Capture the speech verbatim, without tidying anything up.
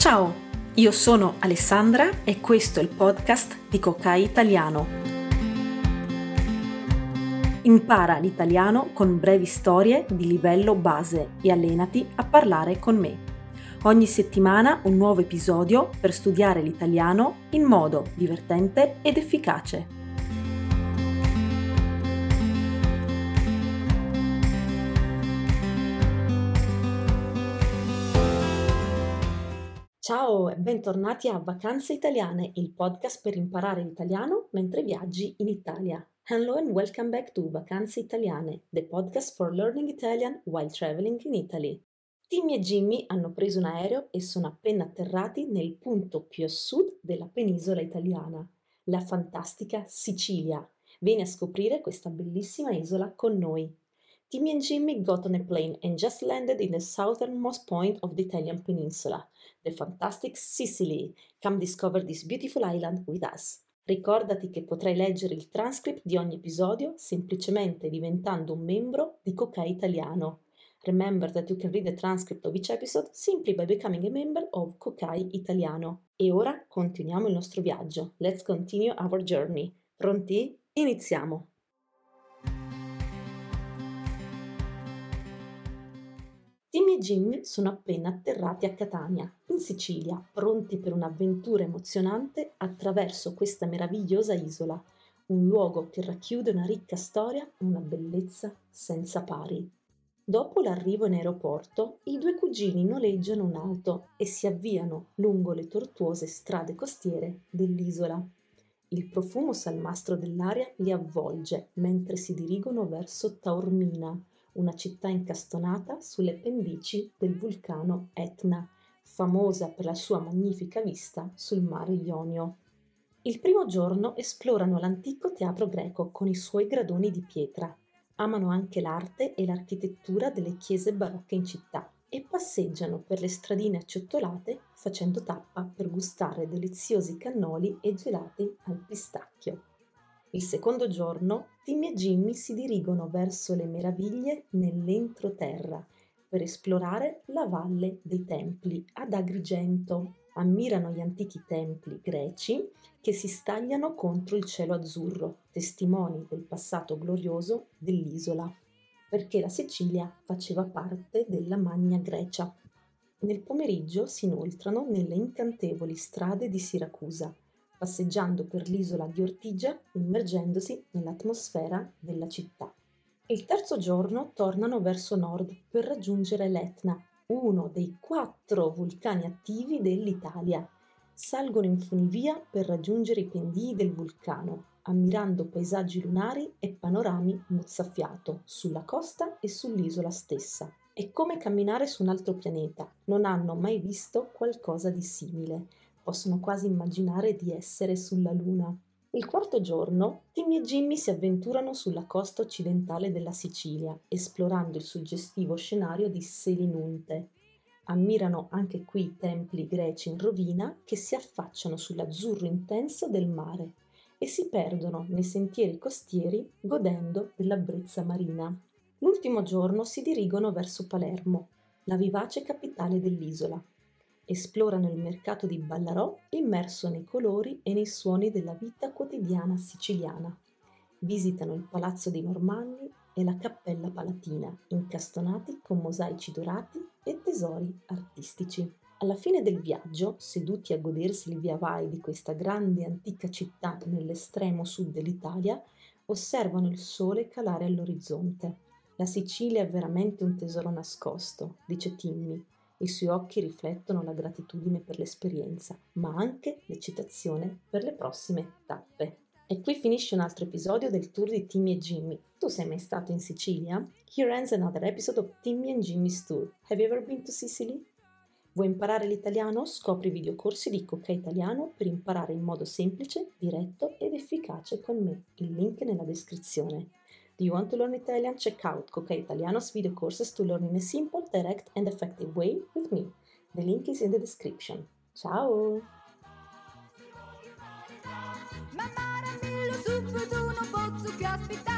Ciao, io sono Alessandra e questo è il podcast di Kokai Italiano. Impara l'italiano con brevi storie di livello base e allenati a parlare con me. Ogni settimana un nuovo episodio per studiare l'italiano in modo divertente ed efficace. Ciao e bentornati a Vacanze Italiane, il podcast per imparare l'italiano mentre viaggi in Italia. Hello and welcome back to Vacanze Italiane, the podcast for learning Italian while traveling in Italy. Timmy e Jimmy hanno preso un aereo e sono appena atterrati nel punto più a sud della penisola italiana, la fantastica Sicilia. Vieni a scoprire questa bellissima isola con noi. Timmy and Jimmy got on a plane and just landed in the southernmost point of the Italian peninsula, the fantastic Sicily. Come discover this beautiful island with us. Ricordati che potrai leggere il transcript di ogni episodio semplicemente diventando un membro di Kokai Italiano. Remember that you can read the transcript of each episode simply by becoming a member of Kokai Italiano. E ora continuiamo il nostro viaggio. Let's continue our journey. Pronti? Iniziamo! Timmy e Jimmy sono appena atterrati a Catania, in Sicilia, pronti per un'avventura emozionante attraverso questa meravigliosa isola, un luogo che racchiude una ricca storia e una bellezza senza pari. Dopo l'arrivo in aeroporto, i due cugini noleggiano un'auto e si avviano lungo le tortuose strade costiere dell'isola. Il profumo salmastro dell'aria li avvolge mentre si dirigono verso Taormina, una città incastonata sulle pendici del vulcano Etna, famosa per la sua magnifica vista sul mare Ionio. Il primo giorno esplorano l'antico teatro greco con i suoi gradoni di pietra. Amano anche l'arte e l'architettura delle chiese barocche in città e passeggiano per le stradine acciottolate facendo tappa per gustare deliziosi cannoli e gelati al pistacchio. Il secondo giorno, Timmy e Jimmy si dirigono verso le meraviglie nell'entroterra per esplorare la Valle dei Templi ad Agrigento. Ammirano gli antichi templi greci che si stagliano contro il cielo azzurro, testimoni del passato glorioso dell'isola, perché la Sicilia faceva parte della Magna Grecia. Nel pomeriggio si inoltrano nelle incantevoli strade di Siracusa, passeggiando per l'isola di Ortigia, immergendosi nell'atmosfera della città. Il terzo giorno tornano verso nord per raggiungere l'Etna, uno dei quattro vulcani attivi dell'Italia. Salgono in funivia per raggiungere i pendii del vulcano, ammirando paesaggi lunari e panorami mozzafiato sulla costa e sull'isola stessa. È come camminare su un altro pianeta, non hanno mai visto qualcosa di simile. Possono quasi immaginare di essere sulla Luna. Il quarto giorno, Timmy e Jimmy si avventurano sulla costa occidentale della Sicilia, esplorando il suggestivo scenario di Selinunte. Ammirano anche qui i templi greci in rovina che si affacciano sull'azzurro intenso del mare e si perdono nei sentieri costieri godendo della brezza marina. L'ultimo giorno si dirigono verso Palermo, la vivace capitale dell'isola. Esplorano il mercato di Ballarò immerso nei colori e nei suoni della vita quotidiana siciliana. Visitano il Palazzo dei Normanni e la Cappella Palatina, incastonati con mosaici dorati e tesori artistici. Alla fine del viaggio, seduti a godersi il via vai di questa grande e antica città nell'estremo sud dell'Italia, osservano il sole calare all'orizzonte. La Sicilia è veramente un tesoro nascosto, dice Timmy. I suoi occhi riflettono la gratitudine per l'esperienza, ma anche l'eccitazione per le prossime tappe. E qui finisce un altro episodio del tour di Timmy e Jimmy. Tu sei mai stato in Sicilia? Here ends another episode of Timmy and Jimmy's tour. Have you ever been to Sicily? Vuoi imparare l'italiano? Scopri i videocorsi di Kokai Italiano per imparare in modo semplice, diretto ed efficace con me. Il link è nella descrizione. Do you want to learn Italian? Check out Kokai Italiano's video courses to learn in a simple, direct and effective way with me. The link is in the description. Ciao! Ma mare a mille su, tu non posso più aspettare.